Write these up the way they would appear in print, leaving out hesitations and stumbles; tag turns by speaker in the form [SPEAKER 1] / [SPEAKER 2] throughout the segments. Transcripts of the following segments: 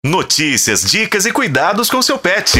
[SPEAKER 1] Notícias, dicas e cuidados com seu pet.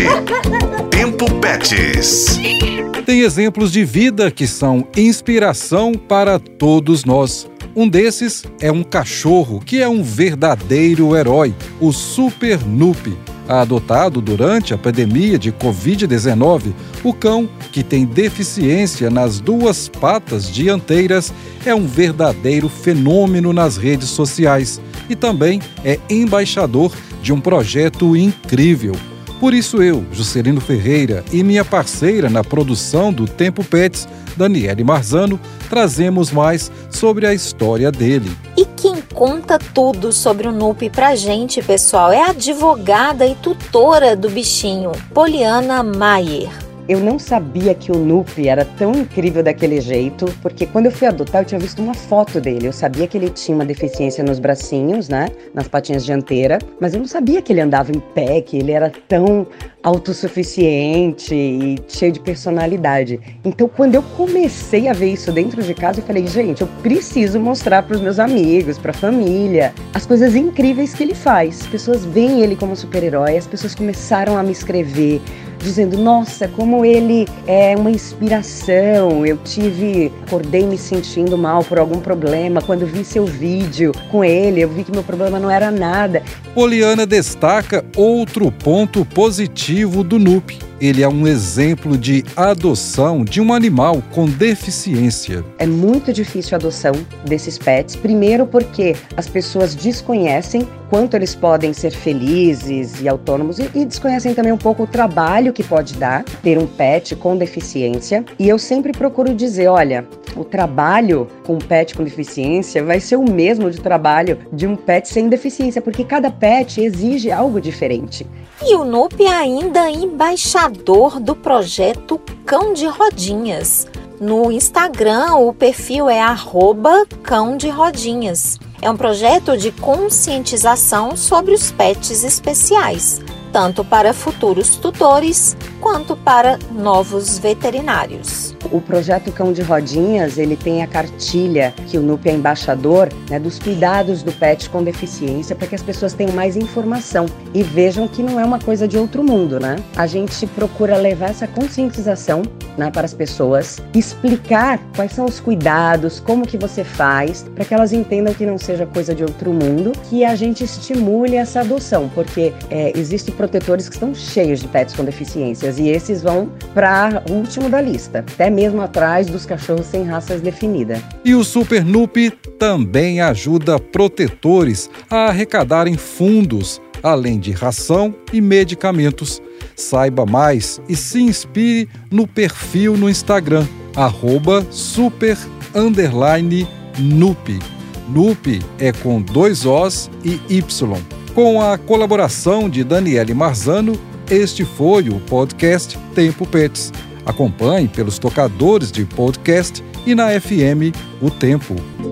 [SPEAKER 1] Tempo Pets.
[SPEAKER 2] Tem exemplos de vida que são inspiração para todos nós. Um desses é um cachorro que é um verdadeiro herói, o Super Nupi. Adotado durante a pandemia de Covid-19, o cão, que tem deficiência nas duas patas dianteiras, é um verdadeiro fenômeno nas redes sociais e também é embaixador de um projeto incrível. Por isso eu, Juscelino Ferreira, e minha parceira na produção do Tempo Pets, Daniele Marzano, trazemos mais sobre a história dele.
[SPEAKER 3] E quem conta tudo sobre o Nupi pra gente, pessoal, é a advogada e tutora do bichinho, Poliana Maier.
[SPEAKER 4] Eu não sabia que o Nupi era tão incrível daquele jeito, porque quando eu fui adotar eu tinha visto uma foto dele. Eu sabia que ele tinha uma deficiência nos bracinhos, né, nas patinhas dianteiras, mas eu não sabia que ele andava em pé, que ele era tão autossuficiente e cheio de personalidade. Então, quando eu comecei a ver isso dentro de casa, eu falei, gente, eu preciso mostrar para os meus amigos, para a família, as coisas incríveis que ele faz. As pessoas veem ele como super-herói, as pessoas começaram a me escrever, dizendo, nossa, como ele é uma inspiração, acordei me sentindo mal por algum problema, quando vi seu vídeo com ele, eu vi que meu problema não era nada.
[SPEAKER 2] Poliana destaca outro ponto positivo do Nupi. Ele é um exemplo de adoção de um animal com deficiência.
[SPEAKER 4] É muito difícil a adoção desses pets, primeiro porque as pessoas desconhecem quanto eles podem ser felizes e autônomos e desconhecem também um pouco o trabalho que pode dar ter um pet com deficiência. E eu sempre procuro dizer, olha, o trabalho com um pet com deficiência vai ser o mesmo de trabalho de um pet sem deficiência, porque cada pet exige algo diferente.
[SPEAKER 3] E o Nupi é ainda embaixador do projeto Cão de Rodinhas. No Instagram, o perfil é @cão-de-rodinhas. É um projeto de conscientização sobre os pets especiais, tanto para futuros tutores quanto para novos veterinários.
[SPEAKER 4] O projeto Cão de Rodinhas, ele tem a cartilha que o Nupi é embaixador, né, dos cuidados do pet com deficiência, para que as pessoas tenham mais informação e vejam que não é uma coisa de outro mundo, né? A gente procura levar essa conscientização, né, para as pessoas, explicar quais são os cuidados, como que você faz, para que elas entendam que não seja coisa de outro mundo, que a gente estimule essa adoção, porque existem protetores que estão cheios de pets com deficiências e esses vão para o último da lista, até mesmo atrás dos cachorros sem raças definidas.
[SPEAKER 2] E o Super Nupi também ajuda protetores a arrecadarem fundos, além de ração e medicamentos. Saiba mais e se inspire no perfil no Instagram, @super_nupi. Nupi é com 2 Os e Y. Com a colaboração de Daniele Marzano, este foi o podcast Tempo Pets. Acompanhe pelos tocadores de podcast e na FM O Tempo.